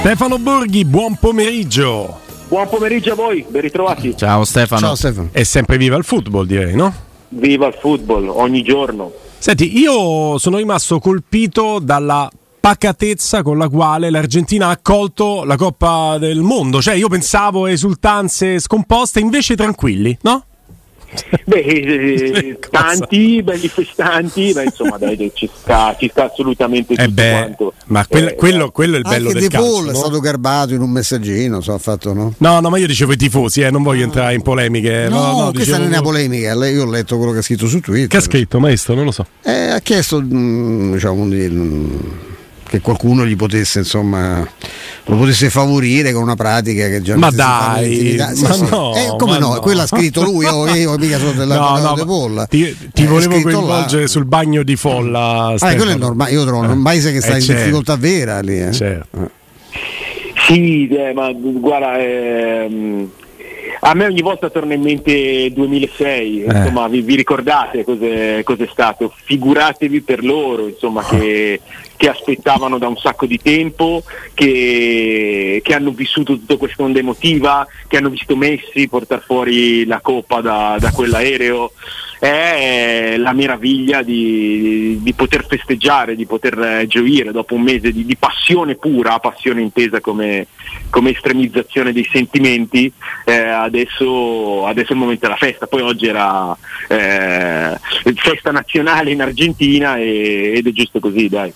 Stefano Borghi, buon pomeriggio. Buon pomeriggio a voi, ben ritrovati. Ciao Stefano. Ciao Stefano. È sempre viva il football, direi, no? Viva il football, ogni giorno. Senti, io sono rimasto colpito dalla pacatezza con la quale l'Argentina ha accolto la Coppa del Mondo. Cioè, io pensavo esultanze scomposte, invece tranquilli, no? Beh, tanti belli festanti, ma insomma dai, ci sta assolutamente tutto quanto. Ma quello è il bello del calcio. Anche De Paul è stato garbato in un messaggino, ha fatto, no? No, ma io dicevo i tifosi, non voglio entrare in polemiche. No, questa non è una polemica, io ho letto quello che ha scritto su Twitter. Che ha scritto, maestro? Non lo so. Ha chiesto, che qualcuno gli potesse, insomma, lo potesse favorire con una pratica che già ma dai, come no? Quello ha scritto lui, io mica sono della De Paul. Ti volevo coinvolgere sul bagno di folla. Quello è normale, io trovo un paese che sta in difficoltà vera lì. Certo. Sì, ma guarda, a me ogni volta torna in mente 2006, insomma, vi ricordate cos'è stato? Figuratevi per loro, insomma, che aspettavano da un sacco di tempo, che hanno vissuto tutta questa onda emotiva, che hanno visto Messi portare fuori la coppa da quell'aereo. È la meraviglia di poter festeggiare, di poter gioire dopo un mese di passione pura, passione intesa come estremizzazione dei sentimenti. Adesso è il momento della festa. Poi oggi era festa nazionale in Argentina ed è giusto così, dai.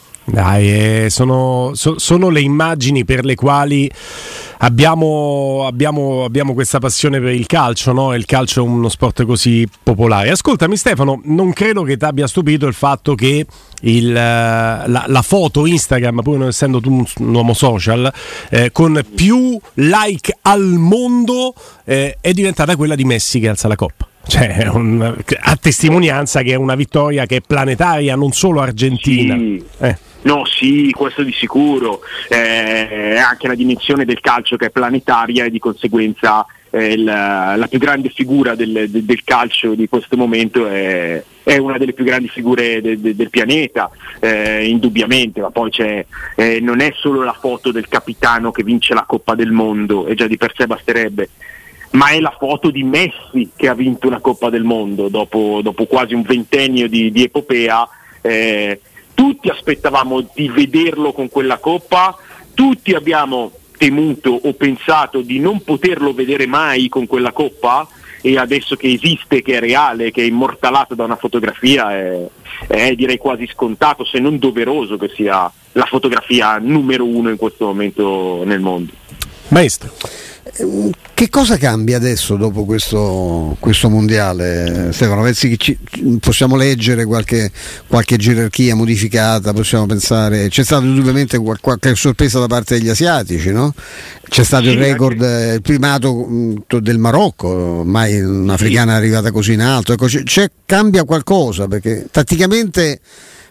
Sono le immagini per le quali abbiamo questa passione per il calcio, no? Il calcio è uno sport così popolare. Ascoltami Stefano, non credo che ti abbia stupito il fatto che la foto Instagram, pur non essendo tu un uomo social, con più like al mondo è diventata quella di Messi che alza la coppa. Cioè, a testimonianza che è una vittoria che è planetaria, non solo argentina. Sì. No, sì, questo di sicuro. Anche la dimensione del calcio che è planetaria e di conseguenza la più grande figura del calcio di questo momento è una delle più grandi figure del pianeta, indubbiamente, ma poi non è solo la foto del capitano che vince la Coppa del Mondo, e già di per sé basterebbe, ma è la foto di Messi che ha vinto una Coppa del Mondo dopo quasi un ventennio di epopea. Tutti aspettavamo di vederlo con quella Coppa, tutti abbiamo temuto o pensato di non poterlo vedere mai con quella Coppa, e adesso che esiste, che è reale, che è immortalato da una fotografia, è direi quasi scontato, se non doveroso, che sia la fotografia numero uno in questo momento nel mondo. Maestro, che cosa cambia adesso dopo questo mondiale, Stefano? Pensi che possiamo leggere qualche gerarchia modificata? Possiamo pensare, c'è stata indubbiamente qualche sorpresa da parte degli asiatici, no? C'è stato il record, il primato del Marocco, mai un'africana arrivata così in alto. Ecco, cambia qualcosa, perché tatticamente,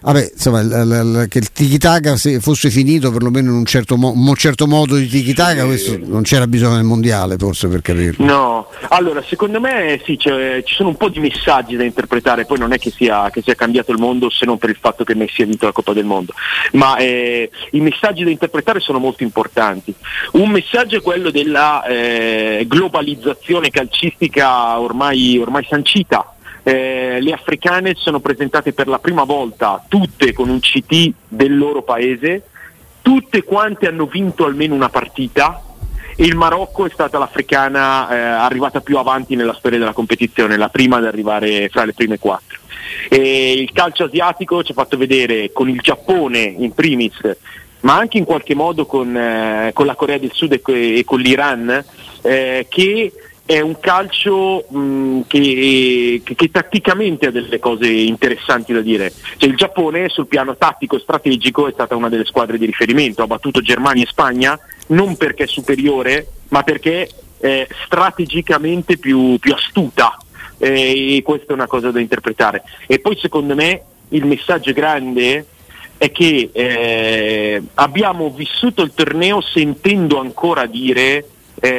insomma, che il tiki-taka fosse finito perlomeno in un certo modo di tiki-taka, questo non c'era bisogno del mondiale forse per capirlo. No, allora secondo me sì, ci sono un po' di messaggi da interpretare, poi non è che sia cambiato il mondo se non per il fatto che Messi ha vinto la Coppa del Mondo, ma i messaggi da interpretare sono molto importanti. Un messaggio è quello della globalizzazione calcistica ormai sancita. Le africane sono presentate per la prima volta tutte con un CT del loro paese, tutte quante hanno vinto almeno una partita, e il Marocco è stata l'africana arrivata più avanti nella storia della competizione, la prima ad arrivare fra le prime 4. Il calcio asiatico ci ha fatto vedere con il Giappone in primis, ma anche in qualche modo con la Corea del Sud e con l'Iran, che è un calcio che tatticamente ha delle cose interessanti da dire. Cioè, il Giappone sul piano tattico e strategico è stata una delle squadre di riferimento, ha battuto Germania e Spagna non perché è superiore, ma perché è strategicamente più astuta, e questa è una cosa da interpretare. E poi secondo me il messaggio grande è che abbiamo vissuto il torneo sentendo ancora dire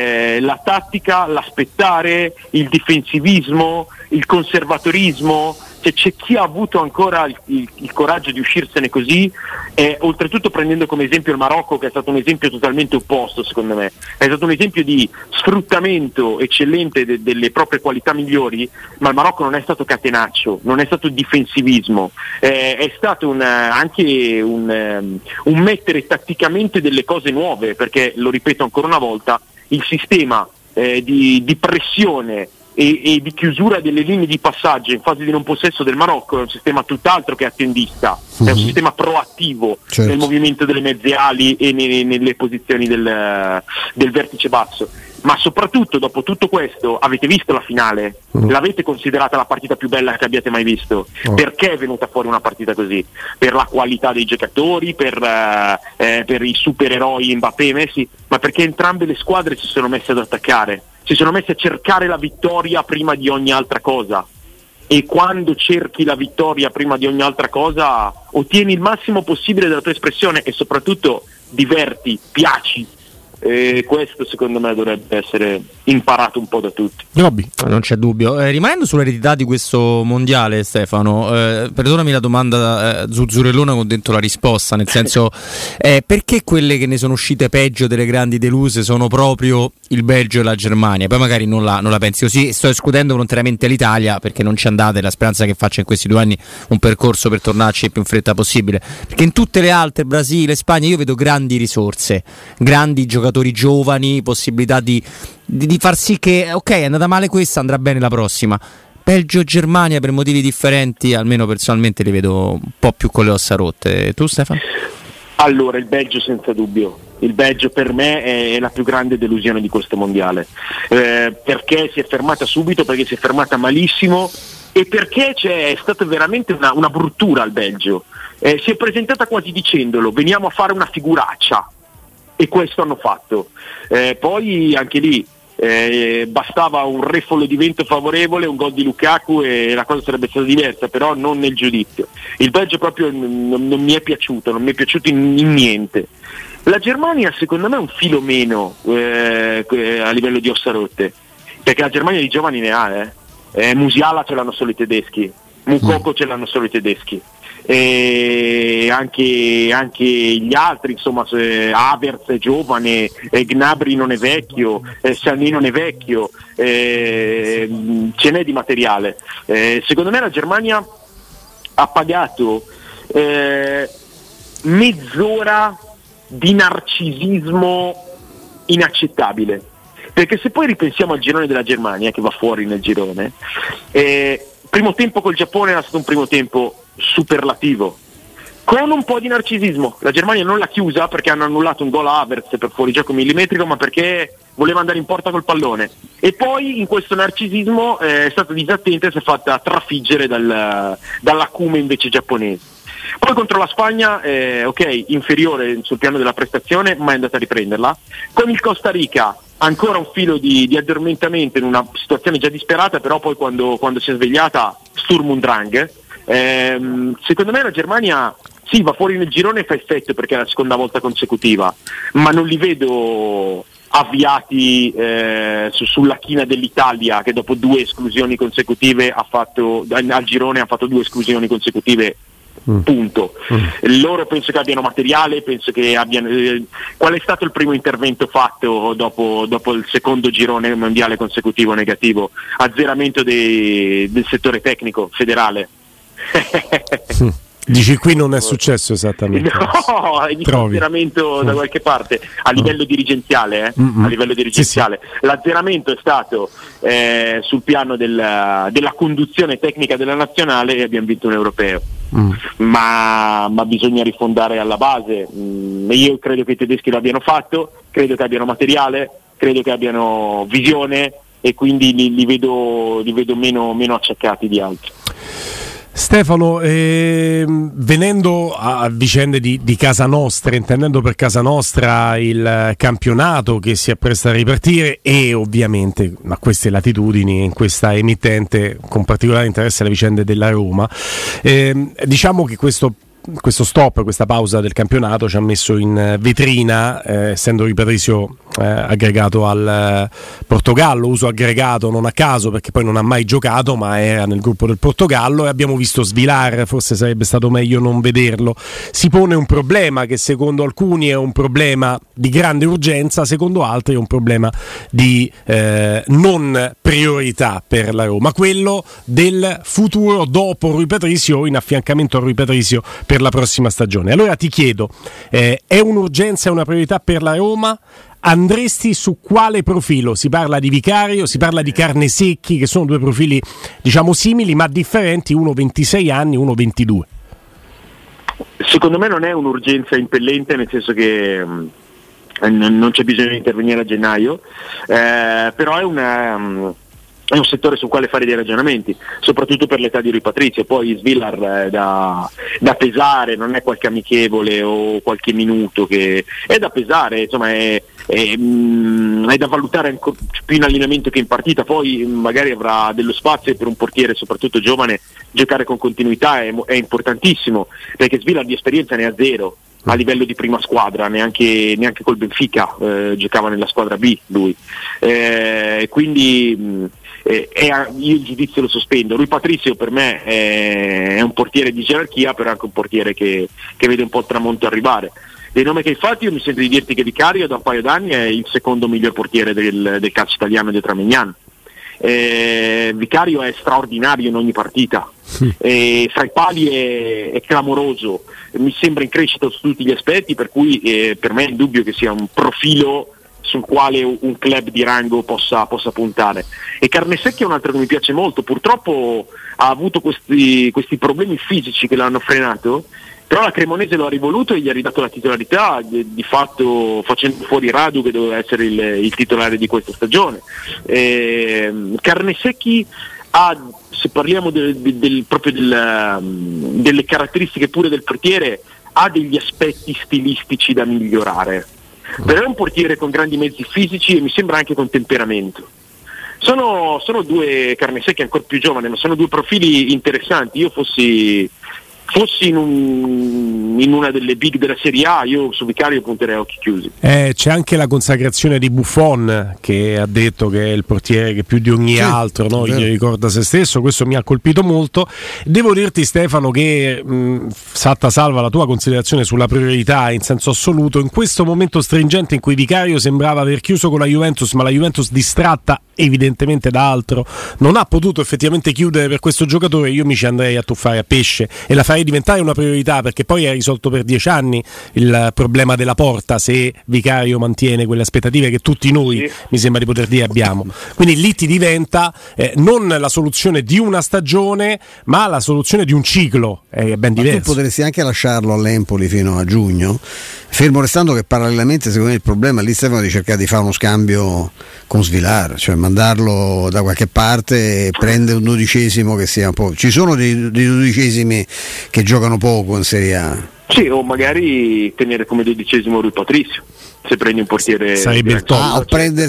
la tattica, l'aspettare, il difensivismo, il conservatorismo, Cioè, c'è chi ha avuto ancora il coraggio di uscirsene così, oltretutto prendendo come esempio il Marocco, che è stato un esempio totalmente opposto secondo me. È stato un esempio di sfruttamento eccellente delle proprie qualità migliori, ma il Marocco non è stato catenaccio, non è stato difensivismo, è stato anche un mettere tatticamente delle cose nuove, perché, lo ripeto ancora una volta, il sistema di pressione e di chiusura delle linee di passaggio in fase di non possesso del Marocco è un sistema tutt'altro che attendista, è un sistema proattivo, certo, nel movimento delle mezze ali e nelle posizioni del vertice basso. Ma soprattutto, dopo tutto questo, avete visto la finale? L'avete considerata la partita più bella che abbiate mai visto? Perché è venuta fuori una partita così? Per la qualità dei giocatori, per i supereroi Mbappé e Messi, ma perché entrambe le squadre si sono messe ad attaccare, si sono messe a cercare la vittoria prima di ogni altra cosa. E quando cerchi la vittoria prima di ogni altra cosa, ottieni il massimo possibile della tua espressione e soprattutto diverti, piaci. E questo secondo me dovrebbe essere imparato un po' da tutti. Robby. Non c'è dubbio. Rimanendo sull'eredità di questo mondiale, Stefano, perdonami la domanda zuzzurellona con dentro la risposta, nel senso, perché quelle che ne sono uscite peggio delle grandi deluse sono proprio il Belgio e la Germania? Poi magari non la pensi così, sto escludendo volontariamente l'Italia perché non ci andate, la speranza che faccia in questi 2 anni un percorso per tornarci il più in fretta possibile, perché in tutte le altre, Brasile, Spagna, io vedo grandi risorse, grandi giocatori giovani, possibilità di far sì che ok, è andata male questa, andrà bene la prossima. Belgio e Germania per motivi differenti, almeno personalmente li vedo un po' più con le ossa rotte. Tu, Stefano? Allora, il Belgio senza dubbio. Il Belgio per me è la più grande delusione di questo mondiale, perché si è fermata subito, perché si è fermata malissimo e perché c'è stata veramente una bruttura al Belgio. Si è presentata quasi dicendolo: veniamo a fare una figuraccia. E questo hanno fatto. Poi anche lì bastava un refolo di vento favorevole, un gol di Lukaku e la cosa sarebbe stata diversa, però non nel giudizio. Il Belgio proprio non mi è piaciuto, non mi è piaciuto in niente. La Germania secondo me è un filo meno a livello di ossa rotte, perché la Germania di giovani ne ha. Musiala ce l'hanno solo i tedeschi, Mukoko ce l'hanno solo i tedeschi. E anche gli altri, insomma, Havertz è giovane, Gnabry non è vecchio, Sané non è vecchio, ce n'è di materiale. Secondo me la Germania ha pagato mezz'ora di narcisismo inaccettabile, perché se poi ripensiamo al girone della Germania, che va fuori nel girone, primo tempo col Giappone era stato un primo tempo superlativo, con un po' di narcisismo. La Germania non l'ha chiusa perché hanno annullato un gol a Havertz per fuorigioco millimetrico, ma perché voleva andare in porta col pallone, e poi in questo narcisismo è stata disattenta e si è fatta trafiggere dall'acume invece giapponese. Poi contro la Spagna, ok, inferiore sul piano della prestazione, ma è andata a riprenderla. Con il Costa Rica ancora un filo di addormentamento in una situazione già disperata, però poi quando si è svegliata, Sturm und Drang. Secondo me la Germania sì, va fuori nel girone e fa effetto perché è la seconda volta consecutiva, ma non li vedo avviati sulla china dell'Italia, che dopo 2 esclusioni consecutive al girone ha fatto 2 esclusioni consecutive. Punto. Loro penso che abbiano materiale, penso che abbiano. Qual è stato il primo intervento fatto dopo il secondo girone mondiale consecutivo negativo? Azzeramento del settore tecnico federale. Dici qui non è successo esattamente. No, è azzeramento da qualche parte a livello dirigenziale, a livello dirigenziale. Sì. L'azzeramento è stato sul piano della conduzione tecnica della nazionale e abbiamo vinto un europeo. Ma bisogna rifondare alla base. Io credo che i tedeschi l'abbiano fatto, credo che abbiano materiale, credo che abbiano visione e quindi li vedo meno acciaccati di altri. Stefano, venendo a vicende di casa nostra, intendendo per casa nostra il campionato che si appresta a ripartire e ovviamente a queste latitudini, in questa emittente, con particolare interesse alle vicende della Roma, diciamo che questo questo stop, questa pausa del campionato ci ha messo in vetrina, essendo Rui Patricio aggregato al Portogallo, uso aggregato non a caso perché poi non ha mai giocato, ma era nel gruppo del Portogallo, e abbiamo visto Svilar, forse sarebbe stato meglio non vederlo. Si pone un problema che secondo alcuni è un problema di grande urgenza, secondo altri è un problema di non priorità per la Roma, quello del futuro dopo Rui Patricio, in affiancamento a Rui Patricio per la prossima stagione. Allora ti chiedo, è un'urgenza e una priorità per la Roma? Andresti su quale profilo? Si parla di Vicario, si parla di Carnesecchi, che sono due profili diciamo simili ma differenti, uno 26 anni, uno 22. Secondo me non è un'urgenza impellente, nel senso che non c'è bisogno di intervenire a gennaio, però è un settore sul quale fare dei ragionamenti, soprattutto per l'età di Rui Patricio. Poi Svilar da pesare, non è qualche amichevole o qualche minuto, che è da pesare, insomma è da valutare ancora più in allenamento che in partita. Poi magari avrà dello spazio, e per un portiere soprattutto giovane giocare con continuità è importantissimo, perché Svilar di esperienza ne ha zero a livello di prima squadra, neanche col Benfica, giocava nella squadra B lui, quindi io il giudizio lo sospendo. Rui Patricio per me è un portiere di gerarchia, però anche un portiere che vede un po' il tramonto arrivare. Dei nomi che hai fatto, io mi sento di dirti che Vicario da un paio d'anni è il secondo miglior portiere del calcio italiano dietro a Maignan. Vicario è straordinario in ogni partita, fra i pali è clamoroso, mi sembra in crescita su tutti gli aspetti, per cui per me è indubbio che sia un profilo sul quale un club di rango possa puntare. E Carnesecchi è un altro che mi piace molto, purtroppo ha avuto questi problemi fisici che l'hanno frenato, però la Cremonese lo ha rivoluto e gli ha ridato la titolarità, di fatto facendo fuori Radu, che doveva essere il titolare di questa stagione. Carnesecchi ha, se parliamo proprio delle caratteristiche pure del portiere, ha degli aspetti stilistici da migliorare, però è un portiere con grandi mezzi fisici e mi sembra anche con temperamento. Sono due, Carnesecchi ancora più giovane, ma sono due profili interessanti. Io fossi in una delle big della Serie A, io su Vicario punterei a occhi chiusi. C'è anche la consacrazione di Buffon, che ha detto che è il portiere che più di ogni altro, no, gli ricorda se stesso. Questo mi ha colpito molto. Devo dirti, Stefano, che salta salva la tua considerazione sulla priorità in senso assoluto, in questo momento stringente in cui Vicario sembrava aver chiuso con la Juventus, ma la Juventus, distratta evidentemente da altro, non ha potuto effettivamente chiudere per questo giocatore. Io mi ci andrei a tuffare a pesce e la farei diventare una priorità, perché poi è risolto per 10 anni il problema della porta, se Vicario mantiene quelle aspettative che tutti noi, mi sembra di poter dire, abbiamo. Quindi lì ti diventa non la soluzione di una stagione, ma la soluzione di un ciclo, è ben diverso. Ma tu potresti anche lasciarlo all'Empoli fino a giugno, fermo restando che parallelamente secondo me il problema lì, Stefano, è di cercare di fare uno scambio con Svilar, cioè mandarlo da qualche parte e prendere un dodicesimo che sia un po'. Ci sono dei dodicesimi che giocano poco in Serie A. Sì, o magari tenere come dodicesimo Rui Patricio, se prendi un portiere sarebbe il top.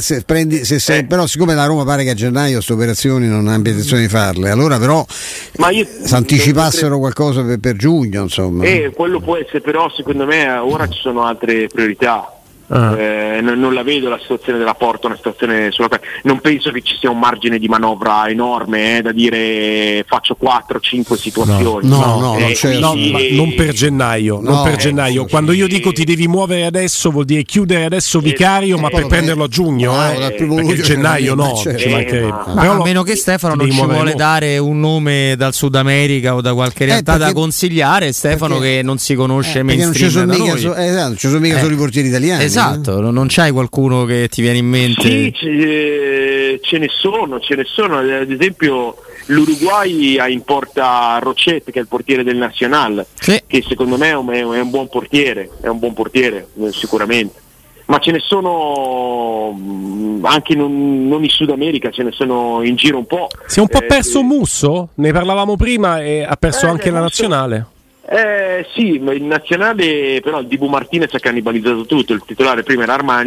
Però siccome la Roma pare che a gennaio queste operazioni non abbia intenzione di farle, allora però si anticipassero qualcosa per giugno, insomma. Quello può essere, però secondo me ora ci sono altre priorità. Non la vedo la situazione della Porto, una situazione sulla quale non penso che ci sia un margine di manovra enorme, da dire faccio 4-5 situazioni. No, non per gennaio. Quando io dico ti devi muovere adesso, vuol dire chiudere adesso Vicario, ma per prenderlo a giugno, perché gennaio no, ci mancherebbe. Però a meno che Stefano non ci vuole dare un nome dal Sud America o da qualche realtà da consigliare, Stefano, che non si conosce mainstream da noi. Non ci sono mica solo i portieri italiani. Esatto, non c'hai qualcuno che ti viene in mente? Sì, ce ne sono, ad esempio l'Uruguay ha in porta Rochet, che è il portiere del Nacional, che secondo me è un buon portiere, sicuramente. Ma ce ne sono anche non in Sud America, ce ne sono in giro un po'. Si è un po' perso Musso, ne parlavamo prima, e ha perso anche la Nazionale. Sì, ma in Nazionale però il Dibu Martinez ha cannibalizzato tutto. Il titolare prima era Armani,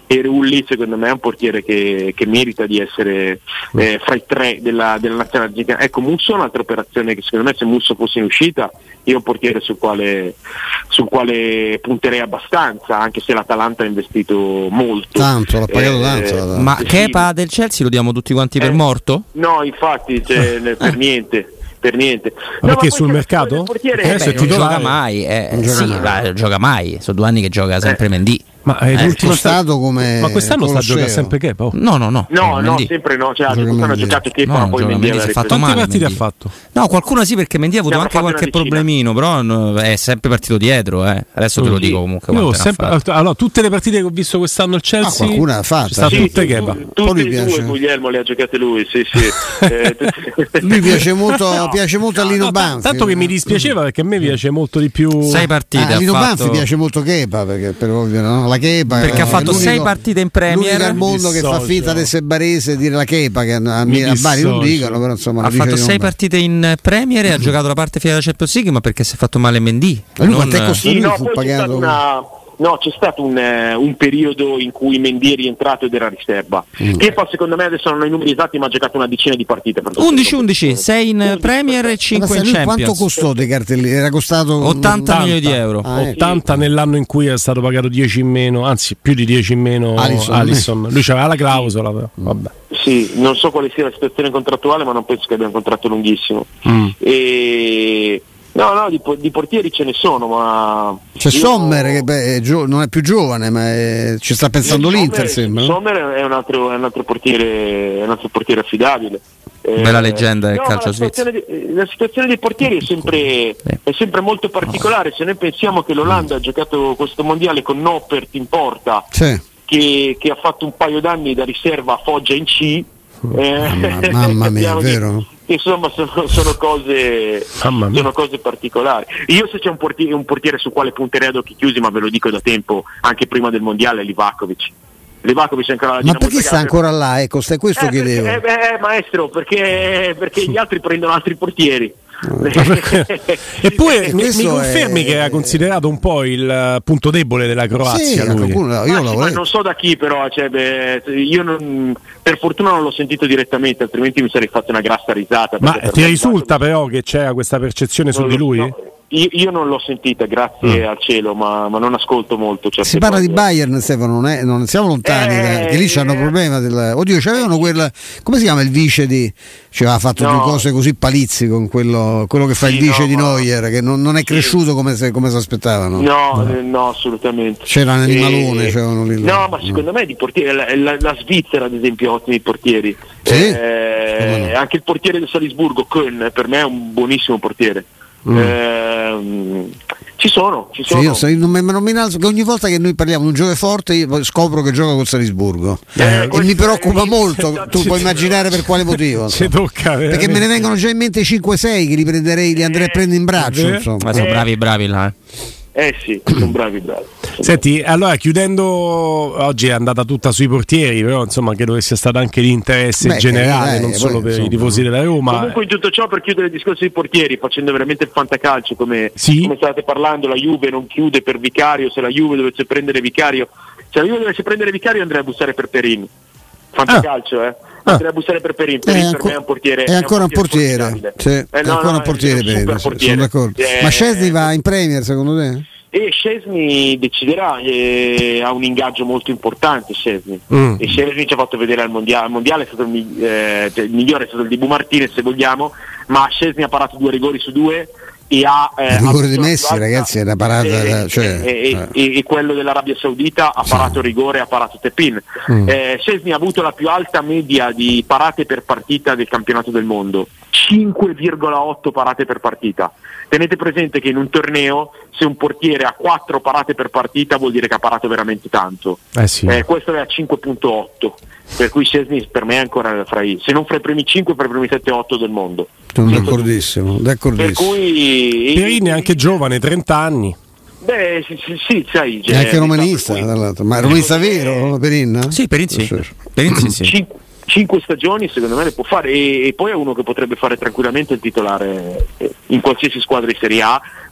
e Rulli secondo me è un portiere che merita di essere fra i 3 della nazionale argentina. Ecco, Musso è un'altra operazione che secondo me, se Musso fosse in uscita, io è un portiere sul quale punterei abbastanza, anche se l'Atalanta ha investito molto. Tanto, l'ha pagato tanto. Ma Kepa del Chelsea lo diamo tutti quanti per morto? No, infatti, per niente. Ma perché sul mercato? Non gioca mai, gioca mai, sono 2 anni che gioca sempre Mendy. Ma è l'ultimo stato come. Ma quest'anno sta giocando sempre Kepa? No, sempre no. Cioè, quest'anno ha giocato Kepa, ma poi Mendy ha fatto quante male. Partite ha fatto? No, qualcuno sì, perché Mendy ha avuto anche qualche problemino, però è sempre partito dietro. Adesso te lo dico comunque. Allora, tutte le partite che ho visto quest'anno il Chelsea, qualcuna ha fatto. Sta tutte Kepa. Tutte e 2 Guglielmo le ha giocate lui, sì. Lui piace molto a Lino Banfi. Tanto che mi dispiaceva, perché a me piace molto di più 6 partite. A Lino Banfi piace molto Kepa, perché per ovvio, no? La Kepa, perché ha fatto 6 partite in Premier al mondo che fa finta di essere barese e dire la Kepa, che a Bari non dicono, però insomma ha fatto 6 partite in Premier e ha giocato la parte finale della Champions League, ma perché si è fatto male Mendy. Fu pagato. No, c'è stato un periodo in cui Mendy è rientrato ed era riserva. Kepa secondo me, adesso non ho i numeri esatti, ma ha giocato una decina di partite. 11, 6 in Premier e 5 in Champions. Quanto costò dei cartellini? Era costato 80 milioni di euro. 80 nell'anno in cui è stato pagato 10 in meno, anzi più di 10 in meno Alisson. Lui c'aveva la clausola, però. Vabbè. Sì, non so quale sia la situazione contrattuale, ma non penso che abbia un contratto lunghissimo. No, di portieri ce ne sono, ma c'è Sommer che non è più giovane, ma ci sta pensando l'Inter, sembra. Sommer è un altro portiere affidabile. Bella leggenda del calcio svizzero. La situazione dei portieri è sempre molto particolare. Se noi pensiamo che l'Olanda ha giocato questo mondiale con Noppert in porta, che ha fatto un paio d'anni da riserva a Foggia in C. Mamma mia, è vero? Insomma, sono cose particolari. Io, se c'è un portiere su quale punterei ad occhi chiusi, ma ve lo dico da tempo, anche prima del mondiale, è Livakovic è ancora la Dinamo. Ma perché sta ancora là? Ecco, questo chiedevo. Maestro, perché gli altri prendono altri portieri. Eppure mi confermi che era considerato un po' il punto debole della Croazia, sì, lui. Ma non so da chi, però io per fortuna non l'ho sentito direttamente, altrimenti mi sarei fatto una grassa risata. Ma ti risulta però che c'era questa percezione su di lui? No. Io non l'ho sentita, grazie al cielo, ma non ascolto molto. Si parla di Bayern, Stefano, non siamo lontani, che lì c'hanno un problema oddio, c'avevano come si chiama il vice ci aveva fatto 2 cose così palizzi con quello che fa il vice di Neuer, che non è cresciuto come si aspettavano. No, assolutamente. C'era un animalone, lì. No, ma secondo me di portieri, la Svizzera ad esempio ha ottimi portieri. Sì? Anche il portiere del Salisburgo, Köln, per me è un buonissimo portiere. Ci sono. Sì, non mi innalzo, che ogni volta che noi parliamo di un giocatore forte io scopro che gioca col Salisburgo e mi preoccupa molto. Tu puoi immaginare per quale motivo, perché me ne vengono già in mente 5-6 che li andrei a prendere in braccio, insomma. Ma sono bravi là. Sì, sono bravi. Senti, allora chiudendo, oggi è andata tutta sui portieri, però insomma credo che sia stato anche l'interesse generale, non solo per i tifosi della Roma. Comunque in tutto ciò, per chiudere il discorso dei portieri, facendo veramente il fantacalcio, come state parlando, la Juve non chiude per Vicario. Se la Juve dovesse prendere Vicario, andrei a bussare per Perin. Fantacalcio, andrei a bussare per Perin. Perin per me è un portiere. È ancora un portiere. È ancora un portiere Perin, sono d'accordo. Ma Szczesny va in Premier secondo te? E Szczesny deciderà, ha un ingaggio molto importante Szczesny. E Szczesny ci ha fatto vedere al mondiale è stato il migliore, è stato il di Bu Martinez se vogliamo, ma Szczesny ha parato 2 rigori su 2 e ha il rigore di Messi, ragazzi, è una parata e quello dell'Arabia Saudita ha parato rigore, ha parato tap-in. Szczesny ha avuto la più alta media di parate per partita del campionato del mondo, 5,8 parate per partita. Tenete presente che in un torneo, se un portiere ha 4 parate per partita vuol dire che ha parato veramente tanto. Questo è a 5,8, per cui Szczesny per me è ancora se non fra i primi 5, fra i primi 7-8 del mondo. Sono d'accordissimo. Per cui Perin è anche giovane, 30 anni. Beh, sì, sai. È anche romanista, tra l'altro. Ma è romanista vero, Perin? Sì, Perin sì. 5 stagioni secondo me le può fare, e poi è uno che potrebbe fare tranquillamente il titolare in qualsiasi squadra di Serie A,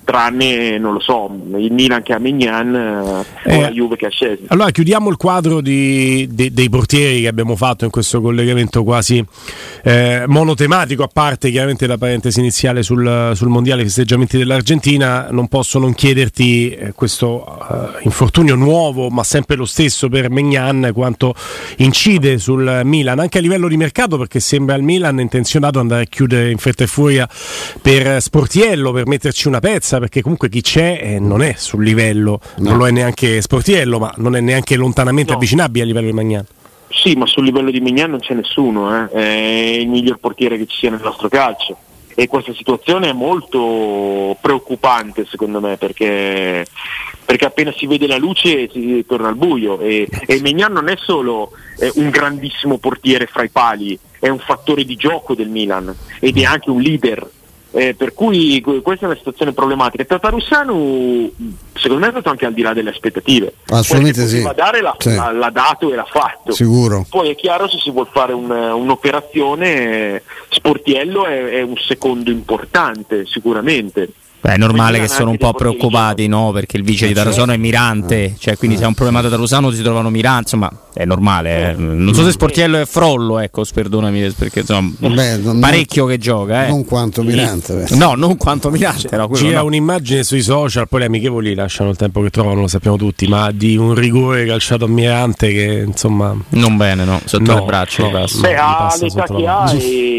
tranne, non lo so, il Milan che ha Maignan o la Juve che ha Szczęsny. Allora chiudiamo il quadro dei portieri che abbiamo fatto in questo collegamento quasi monotematico, a parte chiaramente la parentesi iniziale sul mondiale festeggiamenti dell'Argentina. Non posso non chiederti questo infortunio nuovo, ma sempre lo stesso per Maignan, quanto incide sul Milan, anche a livello di mercato, perché sembra il Milan intenzionato ad andare a chiudere in fretta e furia per Sportiello, per metterci una pezza, perché comunque chi c'è non è sul livello, non lo è neanche Sportiello, ma non è neanche lontanamente avvicinabile a livello di Maignan. Sì, ma sul livello di Maignan non c'è nessuno, è il miglior portiere che ci sia nel nostro calcio, e questa situazione è molto preoccupante secondo me, perché appena si vede la luce si torna al buio, e Maignan non è solo un grandissimo portiere fra i pali, è un fattore di gioco del Milan ed è anche un leader. Per cui questa è una situazione problematica. Tatarusanu secondo me è stato anche al di là delle aspettative. Assolutamente sì. L'ha dato e l'ha fatto. Sicuro. Poi è chiaro, se si vuol fare un'operazione, Sportiello è un secondo importante sicuramente. Beh, è normale che sono un po' preoccupati, no? Perché il vice di Tatarusanu è Mirante, cioè quindi se è un problema da Tatarusanu si trovano Mirante, insomma è normale. Non so se Sportiello è Frollo, ecco, perdonami, perché insomma parecchio che gioca. Non quanto Mirante. No, non quanto Mirante. No, gira un'immagine sui social, poi le amichevoli lasciano il tempo che trovano, lo sappiamo tutti, ma di un rigore calciato a Mirante che insomma non bene, no? Sotto le braccia. Ha l'età che ha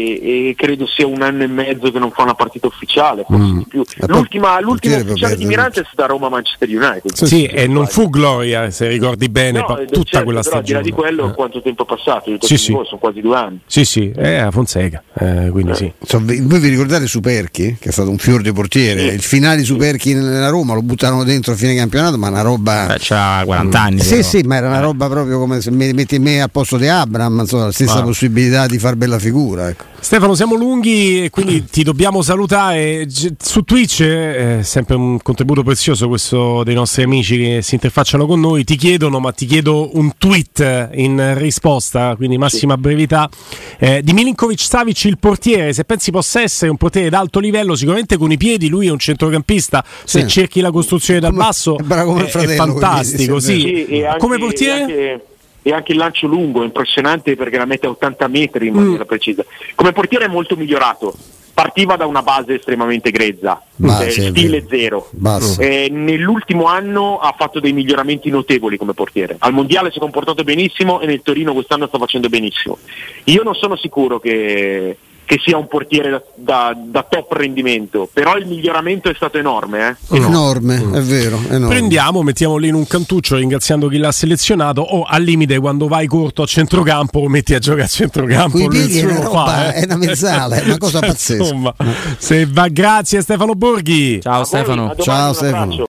e credo sia 1 anno e mezzo che non fa una partita ufficiale, forse di più. L'ultima ufficiale di Mirante è stata Roma-Manchester United. Sì, e non fu gloria, se ricordi bene, tutta quella stagione. Al di là di quello, quanto tempo è passato? Sono quasi 2 anni. Sì, a Fonseca, quindi sì. Voi vi ricordate Superchi, che è stato un fior di portiere? Il finale di Superchi nella Roma lo buttarono dentro a fine campionato, ma una roba... c'ha 40 anni. Sì, ma era una roba proprio come se metti me a posto di Abraham, insomma, la stessa possibilità di far bella figura, ecco. Stefano, siamo lunghi e quindi ti dobbiamo salutare. Su Twitch sempre un contributo prezioso questo dei nostri amici che si interfacciano con noi. Ti chiedono un tweet in risposta, quindi massima brevità, di Milinkovic-Savic, il portiere. Se pensi possa essere un portiere d'alto livello, sicuramente con i piedi lui è un centrocampista, se cerchi la costruzione dal basso è fantastico, sì. Come portiere? E anche il lancio lungo è impressionante, perché la mette a 80 metri in maniera precisa. Come portiere è molto migliorato, partiva da una base estremamente grezza, stile zero. Nell'ultimo anno ha fatto dei miglioramenti notevoli come portiere. Al mondiale si è comportato benissimo e nel Torino quest'anno sta facendo benissimo. Io non sono sicuro che sia un portiere da top rendimento, però il miglioramento è stato enorme. Enorme, è vero, enorme. Prendiamo, mettiamo lì in un cantuccio ringraziando chi l'ha selezionato, o al limite quando vai corto a centrocampo metti a giocare a centrocampo. È una mezzala, è una cosa pazzesca. Insomma, se va, grazie Stefano Borghi. Ciao Stefano. Ciao Stefano.